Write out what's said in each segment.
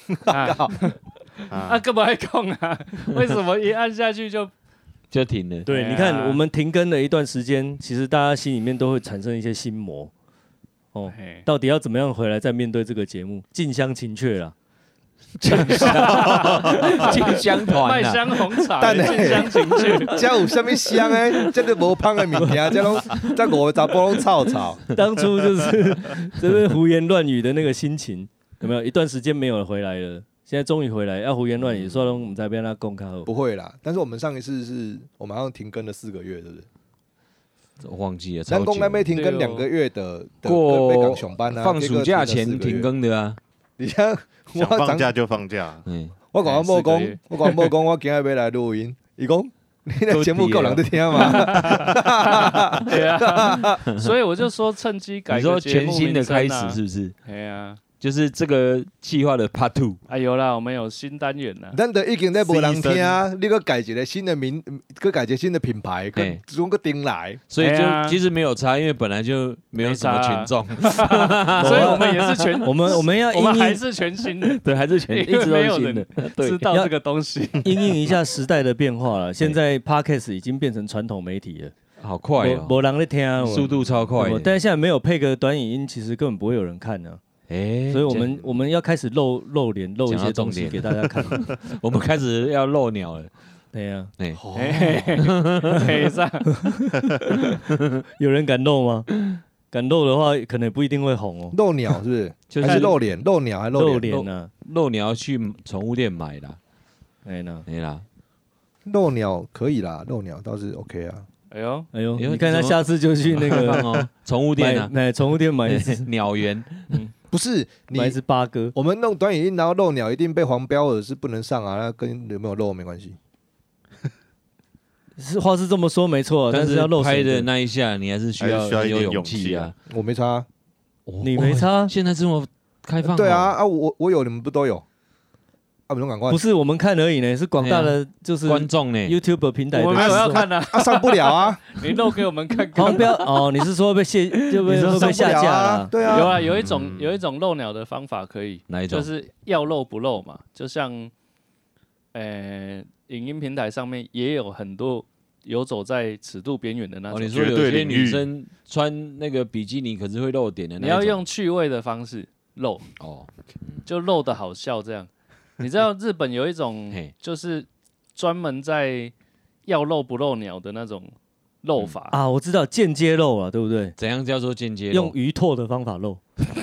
根本还讲啊，为什么一按下去就停了？ 对，你看我们停更了一段时间，其实大家心里面都会产生一些心魔。哦，到底要怎么样回来再面对这个节目？近乡情怯啦， 进香团麦香红茶，近乡情怯， 这有什么香诶？这个无香的物件，这五个查甫拢吵吵。 当初就是这边胡言乱语的那个心情，有没有？一段时间没有回来了，现在终于回来，要胡言乱语，说我们在边他公开后。 不会啦，但是我们上一次是我们好像停更了4个月，对不对？ 我忘记了， 咱公那边停更2个月的， 过被港上班啊， 放暑假前停更的啊。 你像想放假就放假。 我跟我某讲，我今日要来录音，伊讲你的节目够人在听吗？ 对啊，所以我就说趁机改个节目名称啊。 你说全新的开始是不是？ 对啊。 就是这个企划的 Part 2 啊，有啦，我们有新单元啦。 咱都已经在无人听，你搁改一个新的名，搁改一个新的品牌，总个顶来， 所以就其实没有差，因为本来就没有什么群众， 所以我们也是全， 我们还是全新的， 对，还是全，一直都是新的， 知道这个东西， 因应一下时代的变化了。现在 Podcast 已经变成传统媒体了， 好快哦， 没人在听， 速度超快。 但是现在没有配个短影音，其实根本不会有人看呢。所以我们要开始露脸，露一些东西给大家看。 我们开始要露鸟了。 对呀， 黑上有人敢露吗？敢露的话，可能不一定会红哦。 露鸟是不是？还是露脸？露鸟还是露脸呢？ 露鸟去宠物店买啦。 没啦。 露鸟可以啦，露鸟倒是 OK 啊。 哎呦， 你看他下次就去那个宠物店啊， 宠物店买鸟园。 不是买一只八哥， 我们弄短影音然后露鸟一定被黄标了，是不能上啊，那跟有没有露没关系。 话是这么说没错，但是要露拍的那一下，你还是需要有勇气啊。 我没差， 你没差， 现在这么开放。 对啊，我有，你们不都有？啊，不用赶快。 不是我们看而已呢，是广大的就是观众呢 ，YouTube 平台。 我们没有要看啊， 上不了啊。 你露给我们看。 黄标哦，你是说被被下架了？ 对啊， 有啊，有一种露鸟的方法可以， 哪一种？ 就是要露不露嘛，就像影音平台上面也有很多游走在尺度边缘的那种。 你说有些女生穿那个比基尼，可是会露点的那种。 你要用趣味的方式露哦，就露的好笑这样。你知道日本有一种就是专门在要露不露鸟的那种露法啊，我知道间接露啊，对不对？ 怎样叫做间接露？ 用鱼拓的方法露。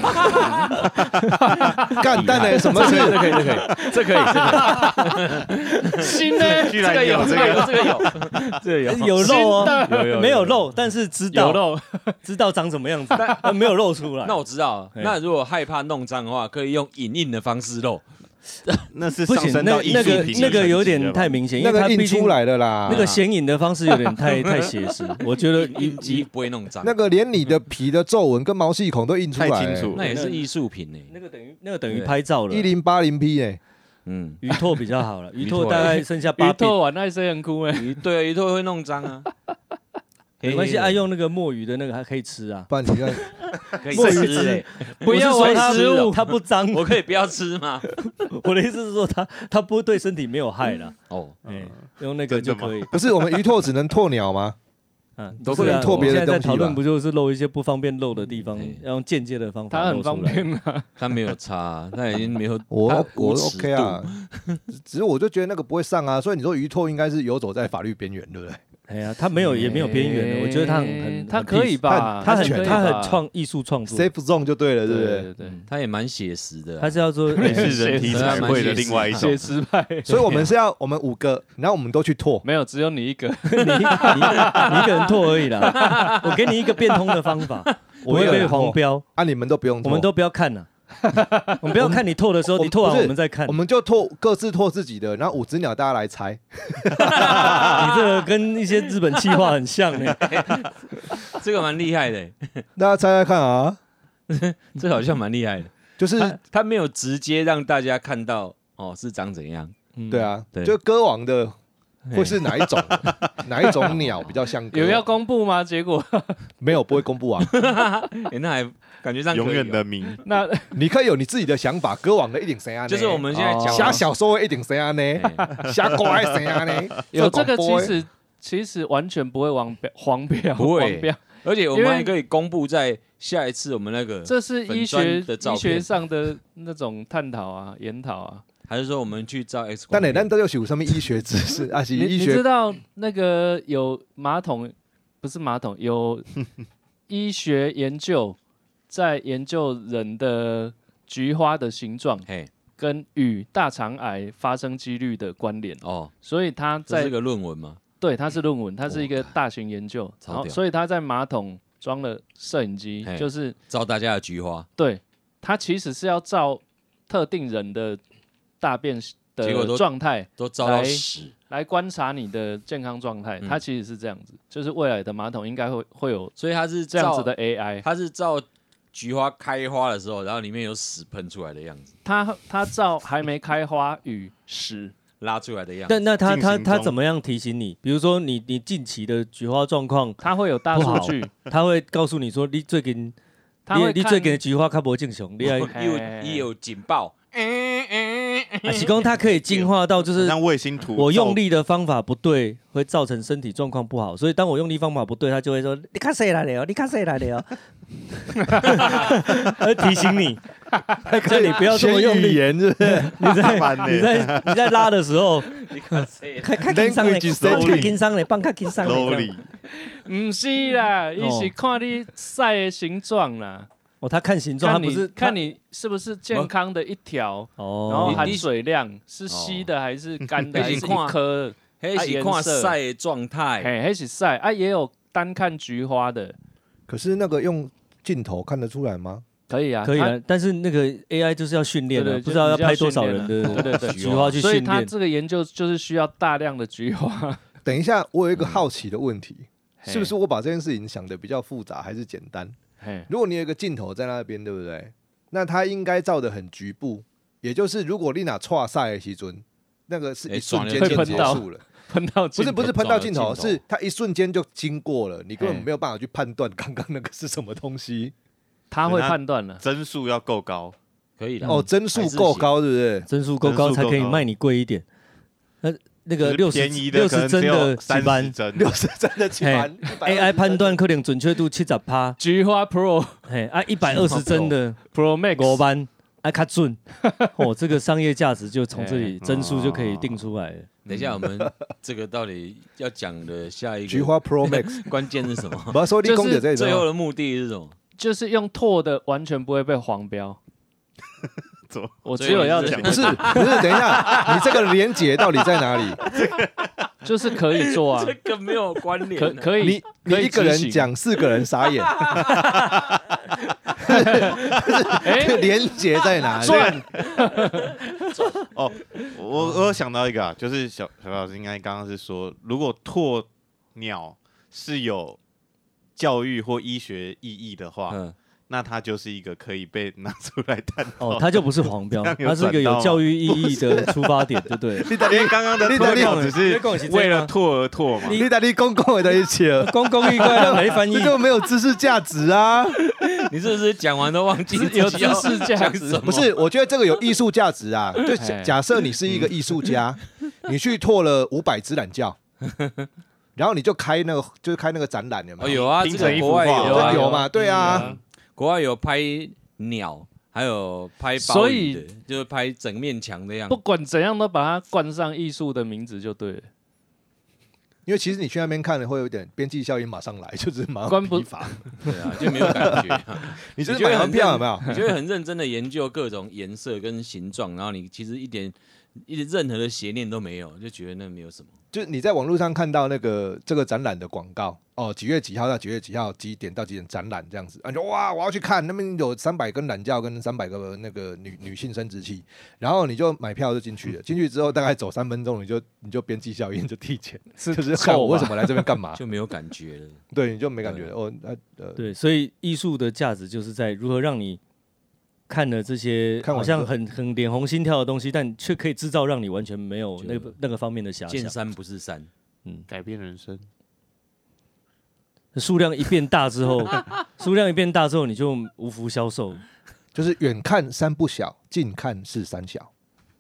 干蛋的什么事？ 这可以。 新的这个有有露哦，没有露，但是知道长什么样子，但没有露出来。 那我知道了。那如果害怕弄脏的话，可以用影印的方式露。 那是上升到艺术品那个有点太明显，因为它印出来的啦。 那个显影的方式有点太写实，我觉得一不会弄脏。 那个连你的皮的皱纹跟毛细孔都印出来， 太清楚。 那也是艺术品呢。 那个等于拍照了。 1080P 哎， 鱼拓比较好了，鱼拓大概剩下8。 鱼拓玩爱生很酷哎， 对，鱼拓会弄脏啊。 没关系，爱用那个墨鱼的那个还可以吃啊。 不然你看， 墨鱼吃， 不要玩食物， 它不脏， 我可以不要吃吗？ 我的意思是说，它不对身体没有害啦。用那个就可以。 不是我们鱼拓只能拓鸟吗？ 都不能拓别的东西吧？ 现在讨论不就是露一些不方便露的地方，要用间接的方法。 它很方便啊， 它没有差，它已经没有。 我 OK 啊，只是我就觉得那个不会上啊，所以你说鱼拓应该是游走在法律边缘，对不对？ 哎呀，他没有也没有边缘的，我觉得他可以吧？ 他很艺术创作 ，safe zone 就对了，对不对？ 对， 他也蛮写实的， 他是要做也是人体彩绘的另外一种写实派。 所以我们5个，然后我们都去拓， 没有，只有你一个， 你一个人拓而已啦。我给你一个变通的方法，我会被黄标啊，你们都不用， 我们都不要看了。我们不要看你拓的时候，你拓完我们再看。 我们就各自拓自己的，然后5只鸟大家来猜。 你这个跟一些日本企划很像呢， 这个蛮厉害的， 大家猜猜看啊。 这好像蛮厉害的， 就是他没有直接让大家看到是长怎样。 对啊，就歌王的会是哪一种哪一种鸟比较像歌？ 有要公布吗？结果没有，不会公布啊。 那感觉上永远的名。 那你可以有你自己的想法，歌王的一定谁啊？ 就是我们现在讲写小说的一定谁啊呢？写歌的谁啊呢？ 有这个其实完全不会黄标， 不会黄标， 而且我们还可以公布在下一次我们那个这是医医学上的那种探讨啊、研讨啊。 还是说我们去照 X 光？ 但咱都有什么医学知识啊？是医学。 你知道那个有马桶，不是马桶，有医学研究在研究人的菊花的形状跟与大肠癌发生几率的关联哦，所以他在这是个论文吗？ 对，它是论文，它是一个大型研究，然后所以他在马桶装了摄影机，就是照大家的菊花。 对，他其实是要照特定人的大便的状态， 都照到屎来观察你的健康状态。它其实是这样子，就是未来的马桶应该会有， 所以它是这样子的 AI， 它是照菊花开花的时候，然后里面有屎喷出来的样子。 它照还没开花与屎拉出来的样子。 那他怎么样提醒你？比如说你近期的菊花状况， 他会有大数据， 他会告诉你说你最近的菊花较无正常， 你有警报。 是讲它可以进化到就是像卫星图， 我用力的方法不对，会造成身体状况不好，所以当我用力方法不对，它就会说你看谁来了哦，你看谁来了哦，提醒你，叫你不要这么用力， 是不是？ 你在拉的时候，看轻伤嘞，看轻伤嘞，放看轻伤嘞， 不是啦，伊是看你屎的形状啦。 哦，他看形状，他不是看你是不是健康的一条，然后含水量是稀的还是干的，还是一颗， 还是看晒的状态， 还是晒啊，也有单看菊花的。 可是那个用镜头看得出来吗？ 可以啊， 可以啊，但是那个 AI 就是要训练的，不知道要拍多少人的菊花去训练，所以他这个研究就是需要大量的菊花。 等一下，我有一个好奇的问题，是不是我把这件事情想得比较复杂，还是简单？如果你有一个镜头在那边，对不对？那它应该照得很局部，也就是如果你拿错赛的时候，那个是一瞬间就结束了， 喷到不是喷到镜头，是它一瞬间就经过了，你根本没有办法去判断刚刚那个是什么东西。 他会判断了， 帧数要够高， 可以的哦，帧数够高，对不对？ 帧数够高才可以卖你贵一点。那个60帧的基板 ，60帧的基板 ，AI 判断可能准确度70%。 菊花 Pro， 120帧的 Pro Max 5班，较准。哦，这个商业价值就从这里帧数就可以定出来了。 等一下，我们这个到底要讲的下一个菊花 Pro Max 关键是什么？ 就是最后的目的是什么？ 就是用拓的完全不会被黄标。我只有要讲， 不是，等一下，你这个连结到底在哪里？ 就是可以做啊， 这个没有关联， 可以， 你一个人讲，4个人傻眼。连结在哪里？ 哦，我有想到一个啊，就是小老师应该刚刚是说，如果鸵鸟是有教育或医学意义的话。那它就是一个可以被拿出来探讨。 哦，它就不是黄标，它是一个有教育意义的出发点，对不对？ 因为刚刚的鸵鸟只是为了拓而拓嘛。 你打你公共的一起了， 公共意观没翻译， 这就没有知识价值啊！ 你是不是讲完都忘记有知识价值？ 不是，我觉得这个有艺术价值啊。就假设你是一个艺术家，你去拓了500只懒觉。然后你就开那个展览，有没有？ 有啊， 拼成一幅画有嘛？对啊。 国外有拍鸟，还有拍鲍鱼的，就是拍整面墙的样子。 不管怎样都把它冠上艺术的名字就对了。 因为其实你去那边看了，会有点边际效应马上来，就是马上批罚。 对啊，就没有感觉。 你就是买完票有没有？ 你就会很认真的研究各种颜色跟形状，然后你其实一点任何的邪念都没有，就觉得那没有什么。 就是你在网络上看到这个展览的广告哦，几月几号到几月几号，几点到几点展览这样子，啊，就哇，我要去看，那边有300根懒觉跟300个那个女性生殖器，然后你就买票就进去了，进去之后大概走3分钟，你就边际效应就递钱，就是看我为什么来这边干嘛， 就没有感觉了。 对，你就没感觉了。哦， 对，所以艺术的价值就是在如何让你看了这些好像很脸红心跳的东西，但却可以制造让你完全没有那个方面的遐想。 见山不是山， 改变人生。 数量一变大之后，你就无福消受。 就是远看山不小，近看是山小。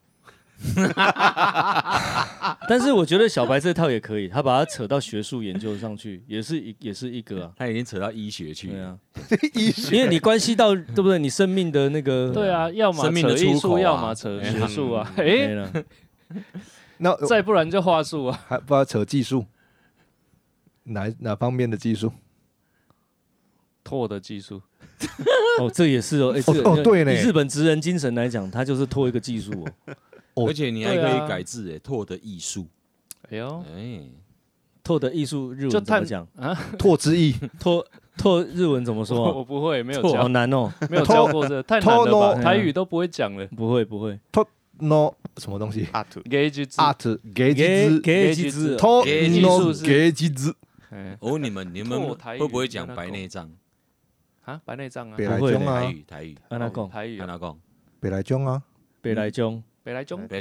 但是我觉得小白这套也可以，他把它扯到学术研究上去，也是一个啊。 他已经扯到医学去。 对啊， 医学， 因为你关系到对不对？你生命的那个。 对啊，要么扯艺术，要么扯学术啊。 那再不然就话术啊， 还不知道扯技术，哪方面的技术？ 拓的技术。 哦，这也是哦，这个对呢。 以日本职人精神来讲，他就是拓一个技术哦。而且你还可以改字拓的艺术。 哎呦， 拓的艺术日文怎么讲啊？ 拓之意， 拓日文怎么说？ 我不会，没有教， 好难哦， 没有教过这，太难了吧？台语都不会讲了， 不会。 拓 no 什么东西 ？art 芸術拓 no 芸術。 哦，你们会不会讲白内障？ 啊，白内障啊， 北来中啊， 台语， 安那讲， 台语， 安那讲， 北来中啊， 北来中， 北来中，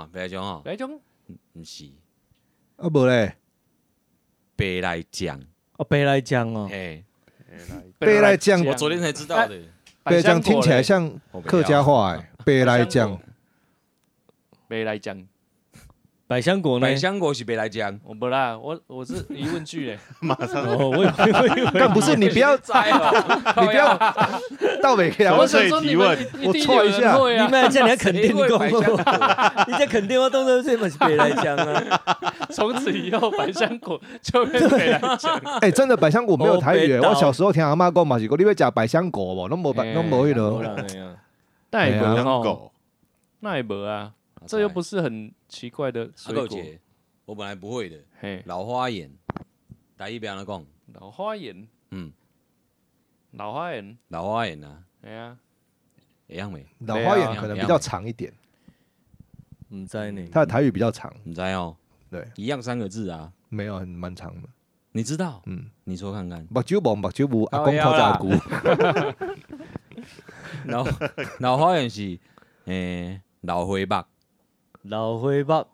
不是， 啊无咧， 北来讲， 哦，北来讲哦， 北来讲， 我昨天才知道的， 北来讲听起来像客家话哎，北来讲， 北来讲。 百香果呢？ 百香果是别来讲， 我不啦，我是疑问句嘞， 马上我但不是你不要摘哦， 你不要到尾给我想说你们我错一下， 你们这样你肯定讲，你这肯定我动作这么是别来讲啊， 从此以后百香果就变别来讲。 哎，真的百香果没有台语，我小时候听阿妈讲嘛是讲，你要吃百香果无，拢无迄个， 那也无哦，那也无啊。这又不是很奇怪的水果。 我本来不会的。老花眼，台语要安怎讲？ 老花眼，老花眼， 老花眼啊， 哎呀， 一样没？ 老花眼可能比较长一点， 唔知呢， 它的台语比较长， 你知哦？ 对， 一样3个字啊， 没有，蛮长的。 你知道？你说看看。 目睭毛，目睭毛，阿公靠炸骨。 老花眼是老花目。 老灰棒，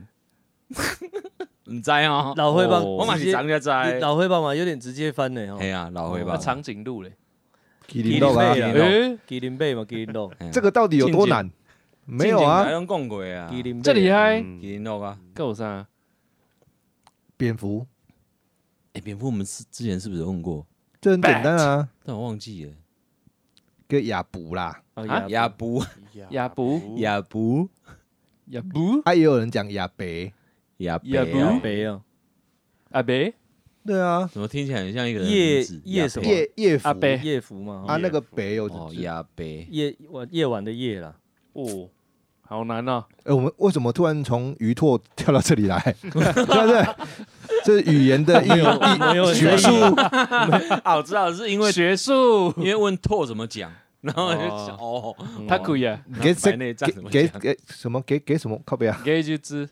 唔知哦， 老灰棒， 我嘛是长个知， 老灰棒嘛，有点直接翻呢。 系啊，老灰棒， 长颈鹿嘞， 麒麟肉啊， 麒麟背嘛，麒麟肉， 这个到底有多难？没有啊， 拢讲过啊， 这厉害， 麒麟肉啊， 够啥？ 蝙蝠， 蝙蝠我们之前是不是问过？ 这很简单啊， 但我忘记了， 叫亚捕啦， 亚捕， 亚捕， 亚捕。 亚布， 也有人讲亚北， 亚北啊， 阿北， 对啊， 怎么听起来很像一个叶什么叶阿北叶福嘛？ 啊，那个北有亚北夜晚的夜啦， 哦，好难哦。 我们为什么突然从鱼拓跳到这里来？对不对？这是语言的学术， 我知道是因为学术， 因为问拓怎么讲。然后就想他可以啊， 给什么？给什么？靠边啊！ 给几只？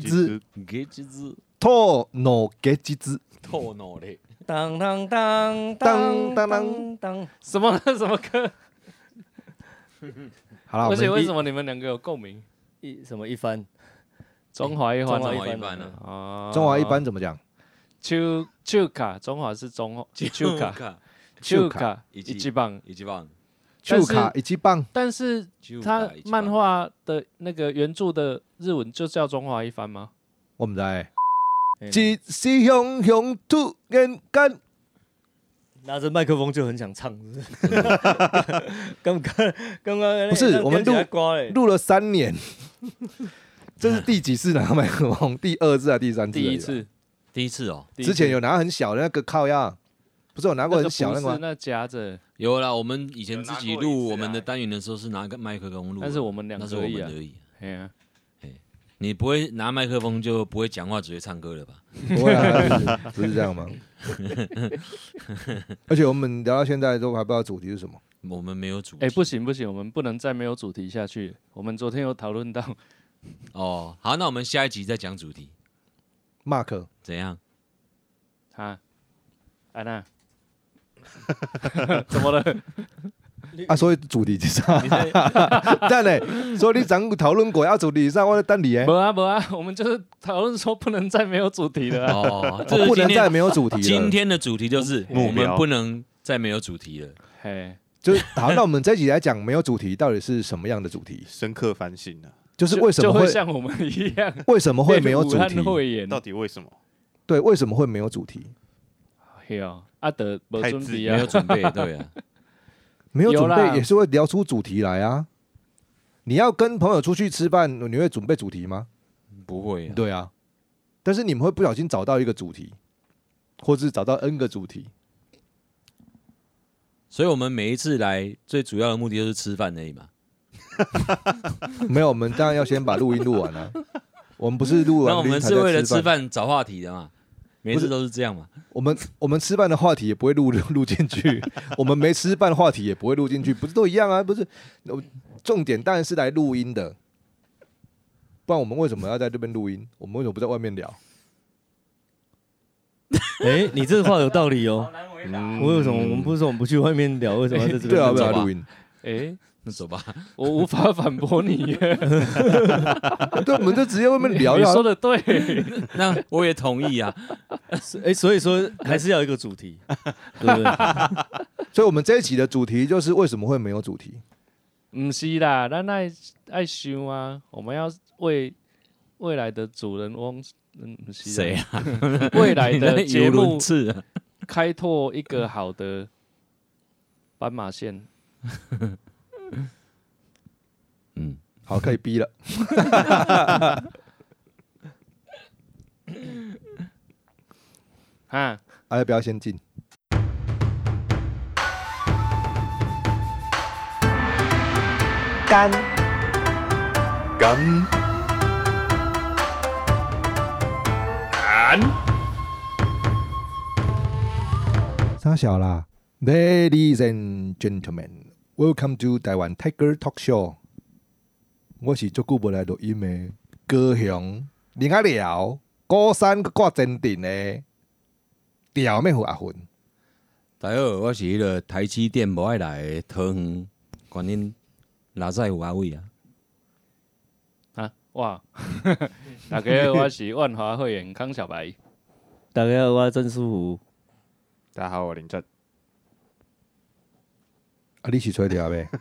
托诺给几只？ 托诺嘞！ 当当当当当当， 什么歌？ 好了， 而且为什么你们两个有共鸣？ 一番？ 中华一番， 中华一番啊！ 中华一番怎么讲？ 秋卡，中华是中秋卡，一棒。 秋卡一棒， 但是他漫画的那个原著的日文就叫中华一番吗？ 我们在一时雄雄突然间， 拿着麦克风就很想唱，刚刚不是我们录了3年，这是第几次拿麦克风？第2次还是第3次？ 第一次哦。 之前有拿很小的那个靠压，不是有拿过很小那个吗？ 那夹着。 有啦，我们以前自己录我们的单元的时候是拿个麦克风录， 但是我们2个而已。你不会拿麦克风就不会讲话，只会唱歌了吧？ 不会啊，不是这样吗？而且我们聊到现在都还不知道主题是什么。 我们没有主题。 不行，我们不能再没有主题下去。我们昨天有讨论到。 哦，好，那我们下一集再讲主题。 Mark 怎样？ 安娜。怎么了？ 啊，所以主题是啥？但呢，所以你咱讨论过要主题上，我在等你哎。 没啊，我们就是讨论说不能再没有主题了。 哦， 不能再没有主题了。 今天的主题就是我们不能再没有主题了。 嘿， 就是好，那我们这一集来讲没有主题到底是什么样的主题？ 深刻反省啊， 就是为什么会像我们一样？ 为什么会没有主题？ 到底为什么？ 对，为什么会没有主题？ 对啊，阿德没准备啊， 没有准备，对啊， 没有准备也是会聊出主题来啊。你要跟朋友出去吃饭，你会准备主题吗？ 不会啊。 对啊，但是你们会不小心找到一个主题，或是找到 N 个主题。 所以我们每一次来最主要的目的就是吃饭而已嘛。 没有，我们当然要先把录音录完啊。我们不是录完， 那我们是为了吃饭找话题的嘛。每次都是这样嘛。 我们吃饭的话题也不会录进去，我们没吃饭话题也不会录进去，不是都一样啊？不是，重点当然是来录音的，不然我们为什么要在这边录音？我们为什么不在外面聊？ 哎，你这个话有道理哦。我为什么我们不是说我们不去外面聊？为什么要在这边？ 对啊，不要录音。 哎， 那走吧， 我无法反驳你耶。 对，我们就直接外面聊聊。你说的对， 那我也同意啊。 哎，所以说还是要有一个主题，对不对？ 所以我们这一集的主题就是为什么会没有主题？ 不是啦，咱爱想啊，我们要为未来的主人翁， 谁啊？ 未来的节目开拓一个好的斑马线。 嗯，好，可以逼了。 哈， 要不要先进？干。啥小啦 ？Ladies and gentlemen, welcome to Taiwan Tiger Talk Show。我是足久无来录音的高雄林阿廖，高山挂坚定的调妹虎阿芬。 大家好，我是迄个台积电无爱来的桃园观音拉塞虎阿伟啊。 啊哇！大家好，我是万华会员康小白。 大家好，我曾书湖。 大家好，我林正。 啊，你是吹调呗？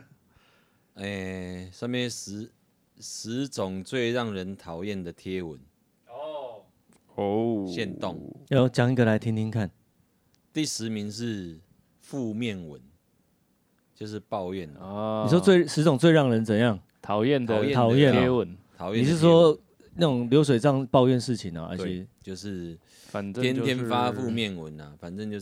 上面十种最让人讨厌的贴文。哦，限动。 要讲一个来听听看。 第10名是负面文，就是抱怨哦。你说10种最让人怎样讨厌的贴文？ 你是说那种流水账抱怨事情啊？而且就是反正天天发负面文啊，反正就是。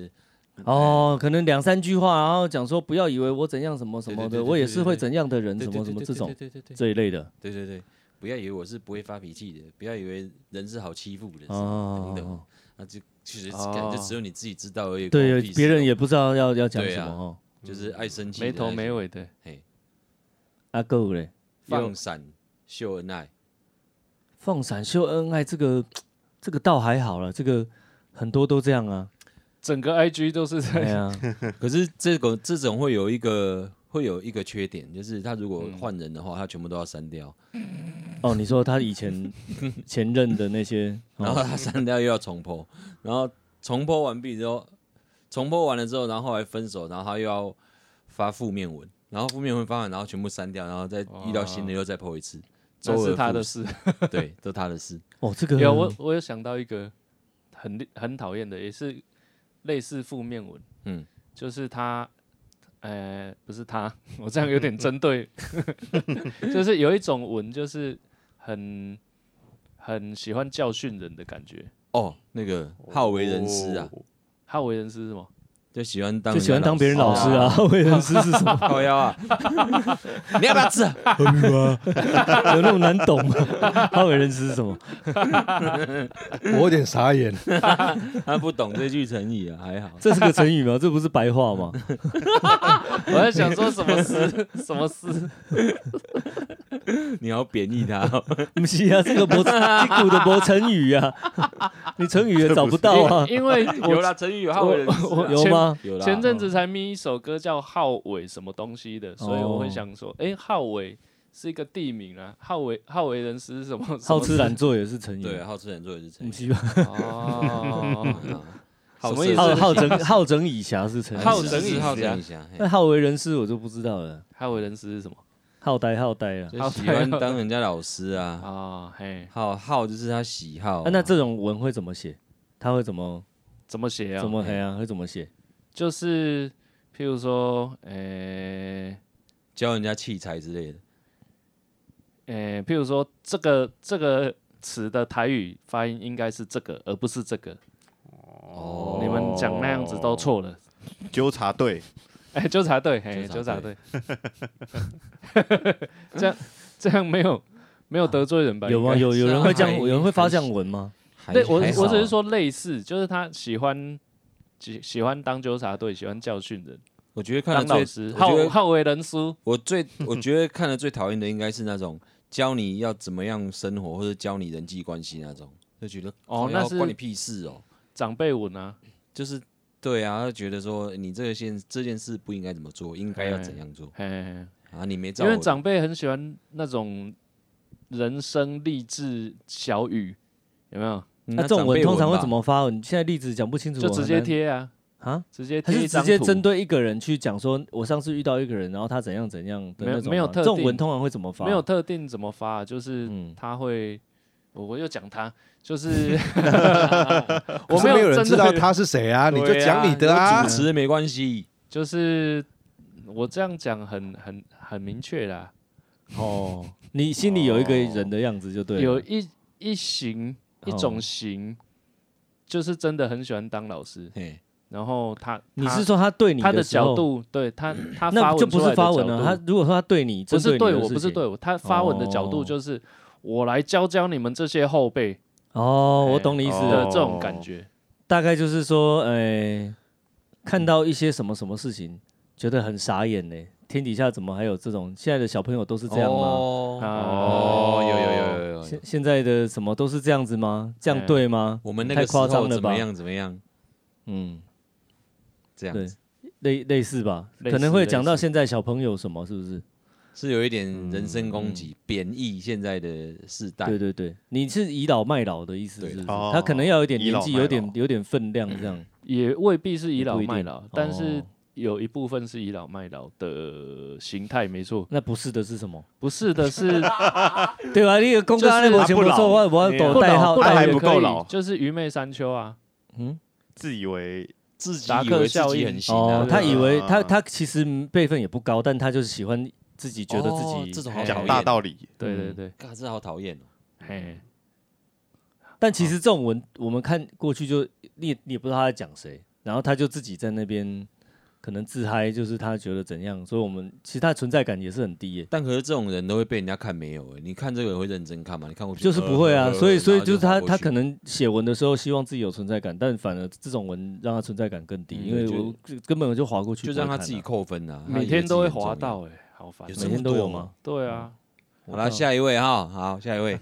可能2、3句话，然后讲说不要以为我怎样什么什么的，我也是会怎样的人，什么什么这种这一类的。 对，不要以为我是不会发脾气的，不要以为人是好欺负的，等等。那就其实感觉只有你自己知道而已。 对，别人也不知道要讲什么就是爱生气， 没头没尾的。 嘿， 阿够嘞， 放闪秀恩爱， 放闪秀恩爱，这个倒还好了，这个很多都这样啊。 整个 IG 都是这样， 可是这种会有一个缺点，就是他如果换人的话，他全部都要删掉。 哦，你说他以前前任的那些， 然后他删掉又要重 po， 然后重 po 完毕之后，重 po 完了之后，然后后来分手，然后他又要发负面文，然后负面文发完，然后全部删掉，然后再遇到新的又再 po 一次， 这是他的事， 对，都他的事。 哦，这个我有想到一个很讨厌的，也是。类似负面文，就是他，不是他，我这样有点针对，就是有一种文，就是很喜欢教训人的感觉。 哦，那个好为人师啊， 好为人师是什么？ 就喜欢当别人老师啊，好为人师是什么？ 靠腰啊！你要不要吃？ 有那么难懂吗？好为人师是什么？ 我有点傻眼， 他不懂这句成语啊，还好。 这是个成语吗？这不是白话吗？ 我在想说什么诗？什么诗？ 你要贬义他？ 不是啊，这个一股的没成语啊，你成语也找不到啊。 因为有啦，成语有好为人师， 有吗？ 吗？ 有啦。 前阵子才咪一首歌叫浩伟什么东西的，所以我会想说，浩伟是一个地名啊，浩伟人师是什么？ 好吃懒做也是成语。 对，好吃懒做也是成语。 哦， 什么意思？ 好整以暇是成语。 好整以暇。 那好为人师我就不知道了。 好为人师是什么？ 好呆啊， 就喜欢当人家老师啊。 哦，嘿， 好就是他喜好。 那这种文会怎么写？他会怎么写啊？ 会怎么写？ 就是譬如说， 教人家器材之类的。 譬如说这个词的台语发音应该是这个，而不是这个。哦，你们讲那样子都错了。 纠察队， 纠察队，纠察队。这样没有得罪人吧？ 有吗？有人会这样，有人会发这样文吗？ 我只是说类似，就是他喜欢当纠察队，喜欢教训人。 我觉得看当老师，好为人师。 我觉得看的最讨厌的应该是那种教你要怎么样生活，或者教你人际关系那种，就觉得那是关你屁事哦。 长辈文啊， 就是对啊，他觉得说你这件事不应该怎么做，应该要怎样做。你没照。 因为长辈很喜欢那种人生励志小语，有没有？ 那这种文通常会怎么发文？现在例子讲不清楚， 就直接贴啊。直接贴一张图， 直接针对一个人去讲说，我上次遇到一个人，然后他怎样怎样的那种。 没有特定， 这种文通常会怎么发？ 没有特定怎么发，就是他会，我又讲他，就是我没有人知道他是谁啊，你就讲你的啊， 主持没关系， 就是我这样讲很明确啦。 哦，你心里有一个人的样子就对了。 有一种型，就是真的很喜欢当老师。然后你是说他对你的角度，对他那就不是发文了。他如果说他对你， 不是对我，不是对我，他发文的角度就是我来教你们这些后辈。 哦，我懂你意思的这种感觉， 大概就是说，看到一些什么事情，觉得很傻眼呢。天底下怎么还有这种？现在的小朋友都是这样吗？ 有。 现在的什么都是这样子吗？这样对吗？ 我们那个时候怎么样？这样子， 类似吧，可能会讲到现在小朋友什么，是不是？ 是有一点人身攻击、贬义现在的世代。 对，你是倚老卖老的意思，是不是？他可能要有点年纪，有点分量，这样也未必是倚老卖老，但是有一部分是倚老卖老的形态，没错。 那不是的是什么？ 不是的是， 对吧？你公告那我全部说，我抖代号， 还不够老， 就是愚昧山丘啊。 自以为自己很行啊。 他以为他其实辈分也不高，但他就是喜欢自己觉得自己这种好讲大道理。 对， 这好讨厌哦。 嘿， 但其实这种文我们看过去就你也不知道他在讲谁，然后他就自己在那边可能自嗨，就是他觉得怎样，所以我们其实他的存在感也是很低耶。 但可是这种人都会被人家看没有哎，你看这个人会认真看吗？你看过去就是不会啊，所以就是他可能写文的时候希望自己有存在感，但反而这种文让他存在感更低，因为我根本就划过去， 就让他自己扣分啊， 每天都会划到哎，好烦， 每天都有吗？ 对啊。 好了，下一位哈，好，下一位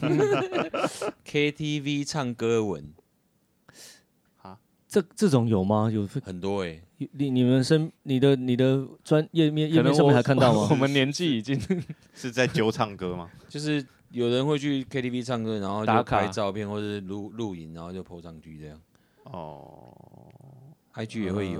，KTV 唱歌文， 这种有吗？有很多哎。 你的页面上面还看到吗？ 我们年纪已经是在揪唱歌吗？ 就是有人会去 KTV 唱歌，然后就拍照片或者录影，然后就 po 上去这样。IG 也会有，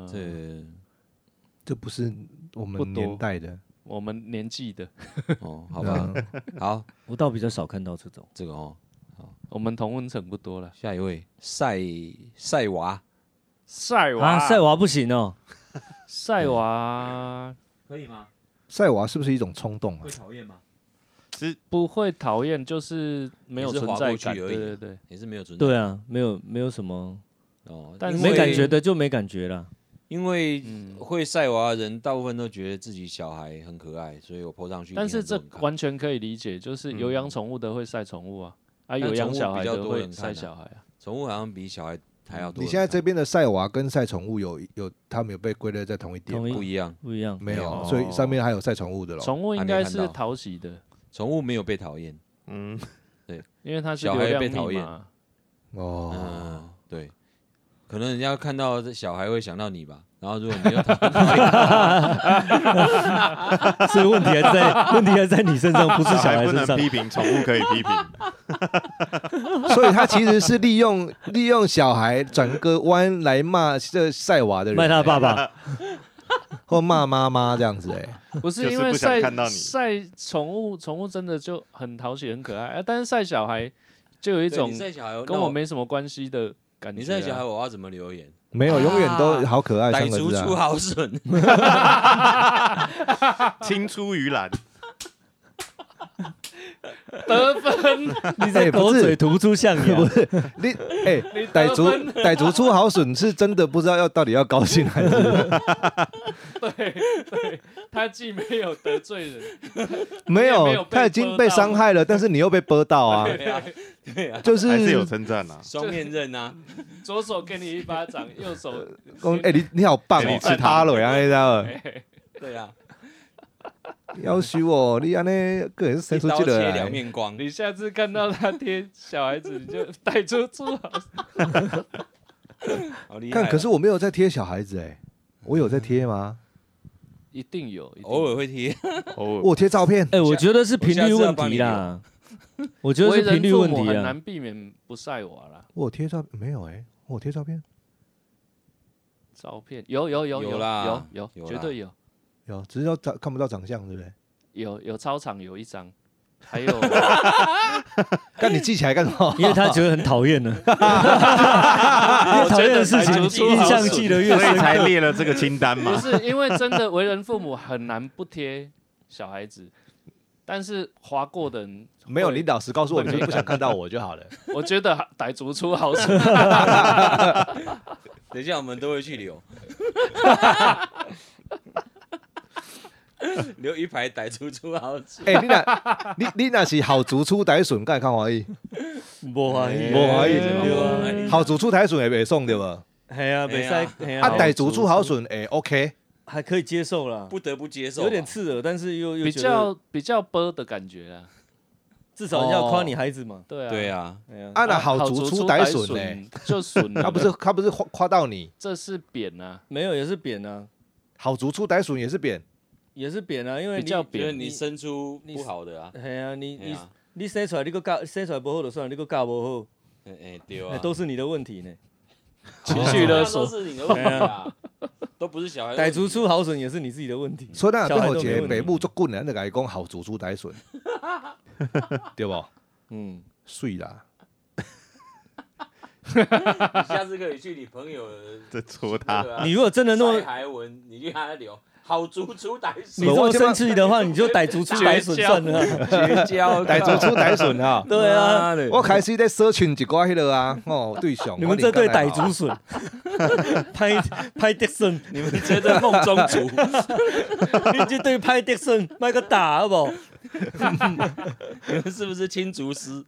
这不是我们年代的。 我们年纪的好吧，好， 我倒比较少看到这个好， 我们同温层不多了。 下一位，晒娃不行哦， 晒娃可以吗？ 晒娃是不是一种冲动啊？ 会讨厌吗？ 不会讨厌，就是没有存在感，对， 也是没有存在感。 对啊，没有什么但没感觉的就没感觉啦。 因为会晒娃的人，大部分都觉得自己小孩很可爱，所以我 po 上去。 但是这完全可以理解，就是有养宠物的会晒宠物啊，有养小孩的会晒小孩啊。 宠物好像比小孩还要多。 你现在这边的晒娃跟晒宠物有他们有被归类在同一点吗？ 不一样， 没有，所以上面还有晒宠物的咯。 宠物应该是讨喜的， 宠物没有被讨厌。 对，因为它是小孩被讨厌对。 可能人家看到这小孩会想到你吧。然后如果你又所以问题还是在你身上，不是小孩不身上。 能批评，宠物可以批评。 所以他其实是利用小孩转个弯来骂这晒娃的人， 卖他爸爸， 或骂妈妈这样子不是因为晒宠物真的就很讨喜很可爱但是晒小孩就有一种跟我没什么关系的感觉。 你晒小孩我要怎么留言？ 没有，永远都好可爱。 傣族出好笋， 青出于蓝， 得分。 你在狗嘴吐出象牙， 不是你傣族出好笋是真的不知道到底要高兴还是对，他既没有得罪人， 没有，他已经被伤害了，但是你又被拨到啊。 对啊， 就是还是有称赞啊， 双面刃啊， 左手给你一巴掌，右手你好棒哦，吃他了呀，你知道吗？ 对啊， 要求哦，你安尼个人伸出这个切两面光。 你下次看到他贴小孩子，你就带出好。 看，可是我没有在贴小孩子我有在贴吗？ 一定有， 偶尔会贴， 我贴照片。 我觉得是频率问题啦。我觉得是频率问题啊， 很难避免不晒娃啦。 我贴照没有我贴照片， 有啦， 有，绝对有， 只是看不到长相，对不对？ 有操场有一张，还有， 但你记起来干什么？ 因为他觉得很讨厌呢，因为讨厌的事情印象记得越深， 所以才列了这个清单嘛。 不是因为真的为人父母很难不贴小孩子。但是划过的人没有，你老实告诉我，你不想看到我就好了。 我觉得傣族出好笋， 等一下我们都会去留，留一排傣族出好笋。 你那是好族出傣笋，敢看欢喜？ 无欢喜， 无欢喜，好族出傣笋会送对吧？ 系啊，袂使。 傣族出好笋OK。 还可以接受啦， 不得不接受， 有点刺耳，但是又比较啵的感觉啊。 至少人家夸你孩子嘛。 对啊。 那好族出傣笋就笋， 他不是夸到你， 这是扁啊， 没有也是扁啊。 好族出傣笋也是扁， 啊，因为比较扁， 你生出不好的啊。 系啊，你生出来你个教生出来不好就算了，你个教不好， 对啊， 都是你的问题呢。 情绪勒索都是你的问题啊。都不是小孩， 傣族出好笋也是你自己的问题。 所以那最后一个北部做棍的，就讲好族出傣笋，对不？水啦。 你下次可以去你朋友在戳他。 你如果真的弄海文，你去他留好族出傣笋。 你这么生气的话，你就傣族出傣笋算了。 绝交， 傣族出傣笋啊！ 对啊， 我开始在社群一寡迄个啊，对象。 你们这对傣族笋，拍德笋， 你们这对梦中族， 你这对拍德笋，卖个打好不好？ 你们是不是青竹师？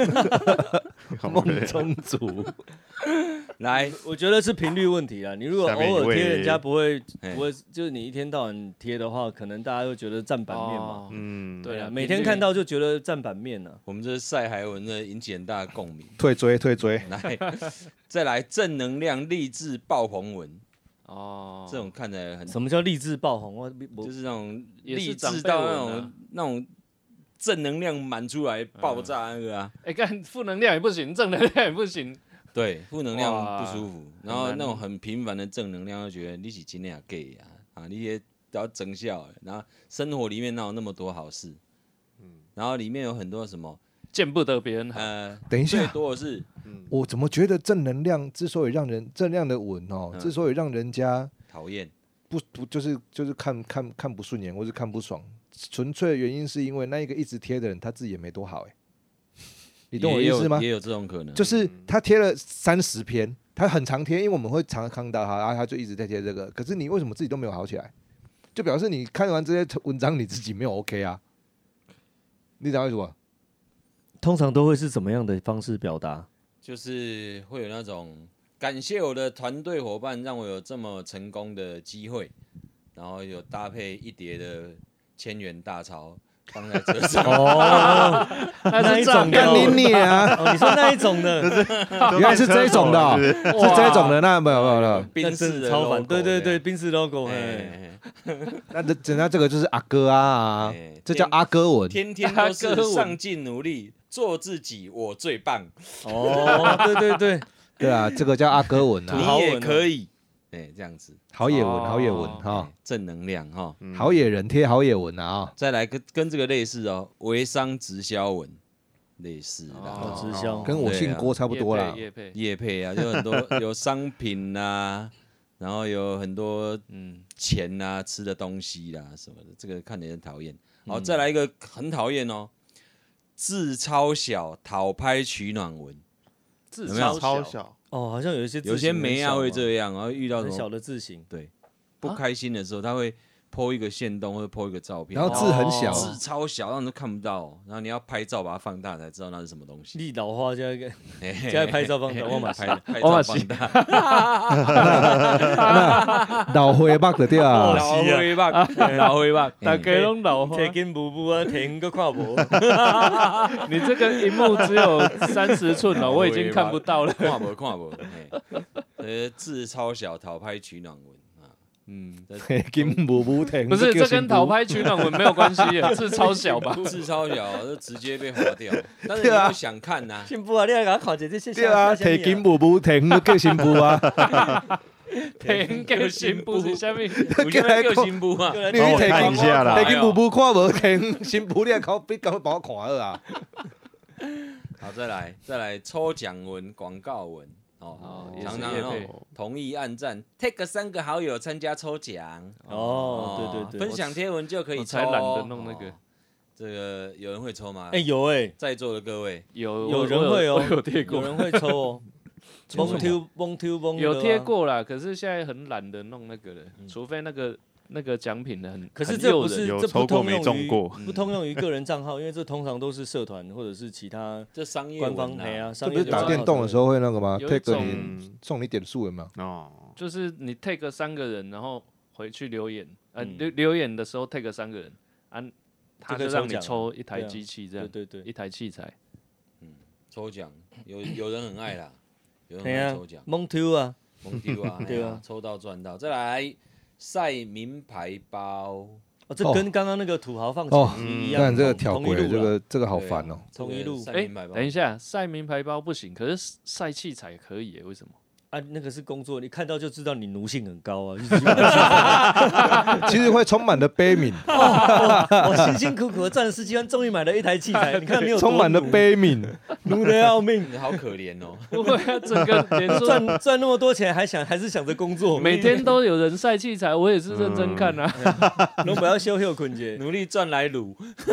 梦中族。 来，我觉得是频率问题啊。你如果偶尔贴人家不会，就是你一天到晚贴的话，可能大家会觉得占版面嘛。对啊，每天看到就觉得占版面了。 我们这晒海文呢，引起很大的共鸣。 退追。 来，再来正能量励志爆红文。这种看起来很。 什么叫励志爆红？ 就是那种励志到那种正能量满出来爆炸那个啊。 干负能量也不行，正能量也不行。 对，负能量不舒服，然后那种很平凡的正能量，就觉得你是真的 gay 啊，你也要整笑，然后生活里面哪有那么多好事，然后里面有很多什么见不得别人好。 等一下， 最多的是， 我怎么觉得正能量之所以让人正能量的文之所以让人家讨厌， 不就是看不顺眼或是看不爽，纯粹的原因是因为那一个一直贴的人他自己也没多好你懂我意思吗？ 也有这种可能， 就是他贴了30篇，他很常贴，因为我们会常常看到他，他就一直在贴这个。可是你为什么自己都没有好起来？就表示你看完这些文章，你自己没有 OK 啊？你知道为什么？ 通常都会是怎么样的方式表达？ 就是会有那种感谢我的团队伙伴，让我有这么成功的机会，然后有搭配一叠的千元大钞， 放在车上。 哦，那一种的干你啊！ 哦，你说那一种的， 原来是这一种的，是这一种的，那没有， 宾士的超烦， logo 对，宾士 logo， 那人家这个就是阿哥啊，这叫阿哥文， 天天都是上进努力，做自己，我最棒。 哦，对， 对啊，这个叫阿哥文你啊， 也可以，这样子， 好野文哈， 正能量哈。 好野人贴好野文啊， 再来跟这个类似哦，微商直销文类似啦， 直销跟我姓郭差不多啦。 业配啊，就很多有商品呐，然后有很多钱呐，吃的东西啦什么的，这个看起来很讨厌。好，再来一个很讨厌哦，字超小，讨拍取暖文， 字超小。 哦，好像有有些梅亚会这样，然后遇到很小的字形， 对，不开心的时候，他会 po 一个限动或者 po 一个照片， 然后字很小， 字超小，让人都看不到，然后你要拍照把它放大才知道那是什么东西。 立老花加一个，加拍照放大，我马拍照放大， 老灰目的对啊， 老灰目， 大家拢老花， 摕紧步步啊，摕个看无。 你这个荧幕只有30寸了，我已经看不到了。 看不，字超小，讨拍取暖文。 金步步停， 不是这跟讨拍取暖文没有关系，字超小吧？ 字超小，就直接被划掉。但是你又想看呐， 新妇啊，你来给他考姐姐谢谢。 对啊，摕金步步停叫新妇啊， 停叫新妇是啥物？ 有啥叫新妇啊？ 你看一下啦摕金步步看无停，新妇你来考帮我看好啊。 好，再来抽奖文、广告文。常常同意按赞 ，tag 3个好友参加抽奖。 对， 分享贴文就可以抽。 我才懒得弄那个。 这个有人会抽吗？ 有在座的各位有人会哦， 有贴过， 有人会抽哦。蒙有贴过啦，可是现在很懒得弄那个了，除非那个奖品的很， 可是这不是这不通用于个人账号，因为这通常都是社团或者是其他这商业官方啊， 这不是打电动的时候会那个吗 ？take 你送你点数的吗？ 就是你 take 3个人，然后回去留言，留言的时候 take 3个人，他就让你抽一台机器这样， 对， 一台器材， 抽奖有人很爱啦，有人很爱抽奖， 蒙丢啊， 对啊，抽到赚到，再来。晒名牌包， 这跟刚刚那个土豪放钱一样。 看这个挑轨，这个好烦哦。 同一路。 等一下，晒名牌包不行，可是晒器材可以耶？为什么？ 那个是工作，你看到就知道你奴性很高啊。 其实会充满了悲悯。 我辛辛苦苦的赚了10几万，终于买了一台器材，你看你有充满了悲悯， 奴得要命， 你好可怜哦。 不会啊，整个脸书赚那么多钱，还是想着工作， 每天都有人晒器材，我也是认真看啊。 侬不要羞困姐， 努力赚来卤。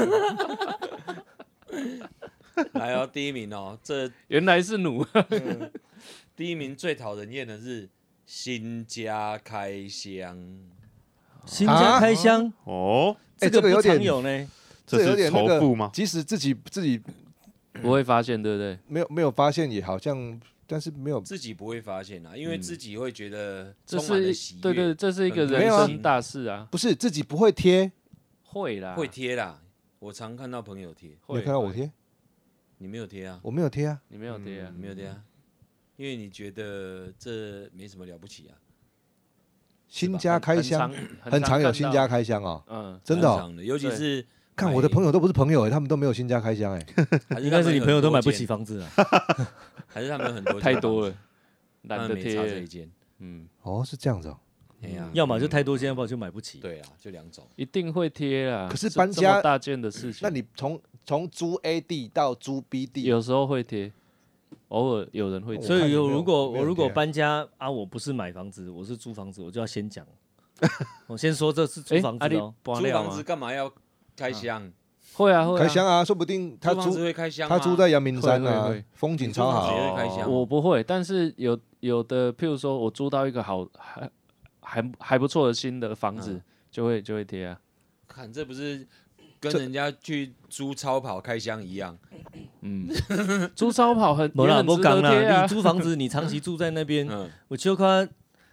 来哦，第一名哦，这原来是奴。 第一名最讨人厌的是新家开箱。 新家开箱哦， 这个有点有呢， 这有点仇富吗？ 即使自己不会发现，对不对？ 没有发现也好像，但是没有自己不会发现啊，因为自己会觉得这是对，这是一个人生大事啊。 不是自己不会贴， 会啦， 会贴啦。我常看到朋友贴， 你看到我贴？ 你没有贴啊？ 我没有贴啊， 你没有贴啊？ 你没有贴啊？因为你觉得这没什么了不起啊。 新家开箱很常有新家开箱哦，真的哦， 尤其是看我的朋友都不是朋友他们都没有新家开箱应该是你朋友都买不起房子啊， 还是他们有很多太多了，懒得贴这一间。 是这样子哦。 要么就太多间，要不然就买不起。 对啊，就2种。 一定会贴啊。 可是搬家大件的事情， 那你从租 A 地到租 B 地， 有时候会贴，偶尔有人会贴。 所以如果搬家啊，我不是买房子，我是租房子，我就要先讲。我先说这是租房子哦， 租房子干嘛要开箱？ 会啊， 开箱啊，说不定他租在阳明山啊，风景超好。 我不会，但是有的，譬如说我租到一个还不错的新的房子，就会贴啊。 看这不是跟人家去租超跑开箱一样？ 租超跑很值得贴啊。 你租房子，你长期住在那边，我就看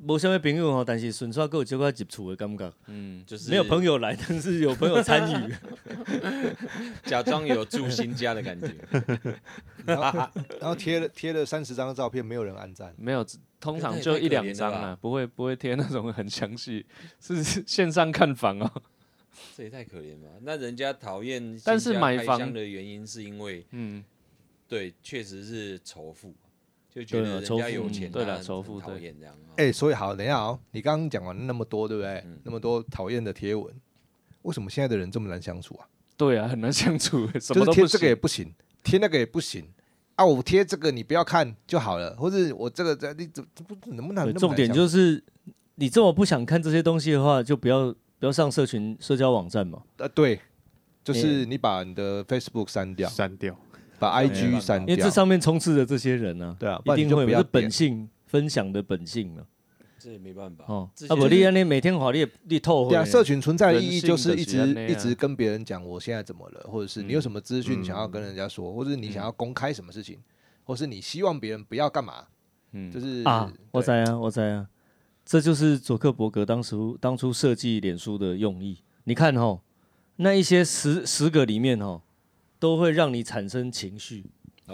无什么朋友吼，但是纯粹还有小可接触的感觉。 就是没有朋友来，但是有朋友参与， 假装有住新家的感觉。 然后贴了30张照片，没有人按赞。 没有，通常就1、2张啊，不会贴那种很详细，是线上看房哦。 这也太可怜了。那人家讨厌， 但是买房的原因是因为，对，确实是仇富，就觉得人家有钱， 对了，仇富讨厌这样。 所以好，等一下哦，你刚刚讲完那么多，对不对？那么多讨厌的贴文，为什么现在的人这么难相处啊？ 对啊，很难相处，什么都不行，就是贴这个也不行，贴那个也不行啊！我贴这个你不要看就好了，或者我这个你能不能？ 重点就是你这么不想看这些东西的话，就不要上社交网站嘛。 对，就是你把你的 Facebook 删掉，把 IG 删掉， 因为这上面充斥着这些人啊。 对啊， 一定会有本性分享的本性嘛。 这也没办法哦。不，你安尼每天你透。 对啊，社群存在的意义就是一直跟别人讲我现在怎么了，或者是你有什么资讯想要跟人家说，或者你想要公开什么事情，或是你希望别人不要干嘛。就是我知啊，这就是佐克伯格当初设计脸书的用意。你看吼，那一些十个里面吼，都会让你产生情绪。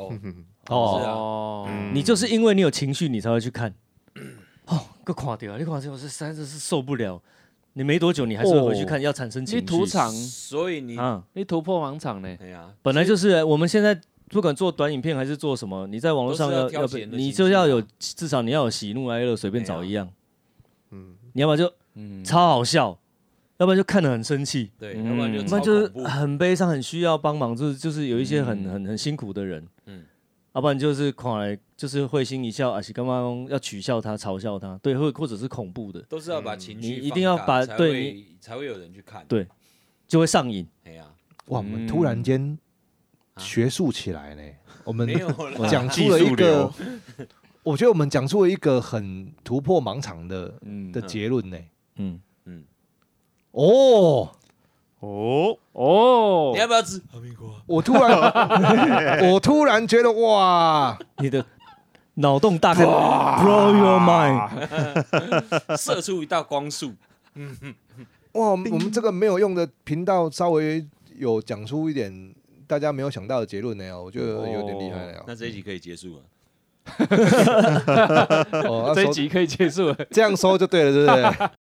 你就是因为你有情绪，你才会去看。个看掉，你看掉，我实在是受不了。你没多久，你还是会回去看，要产生情绪。 你屠场， 所以你突破盲场呢？ 本来就是我们现在不管做短影片还是做什么，你在网络上你就要有至少你要有喜怒哀乐，随便找一样。你要不然就超好笑，要不然就看得很生气， 对，要不然就是很悲伤，很需要帮忙，就是有一些很辛苦的人，要不然就是看来就是会心一笑，还是干嘛要取笑他、嘲笑他，对，或者是恐怖的， 都是要把情绪你一定要把对才会有人去看， 对，就会上瘾。 哇，我们突然间学术起来呢，我们讲出了一个，我觉得我们讲出了一个很突破盲场的结论呢。 你要不要吃哈密瓜？ 我突然觉得哇， 你的脑洞大开 ，blow your mind， 射出一道光束。 哇，我们这个没有用的频道稍微有讲出一点大家没有想到的结论呢，我觉得有点厉害了。 那这一集可以结束了。 这一集可以结束了， 这样收就对了，对不对？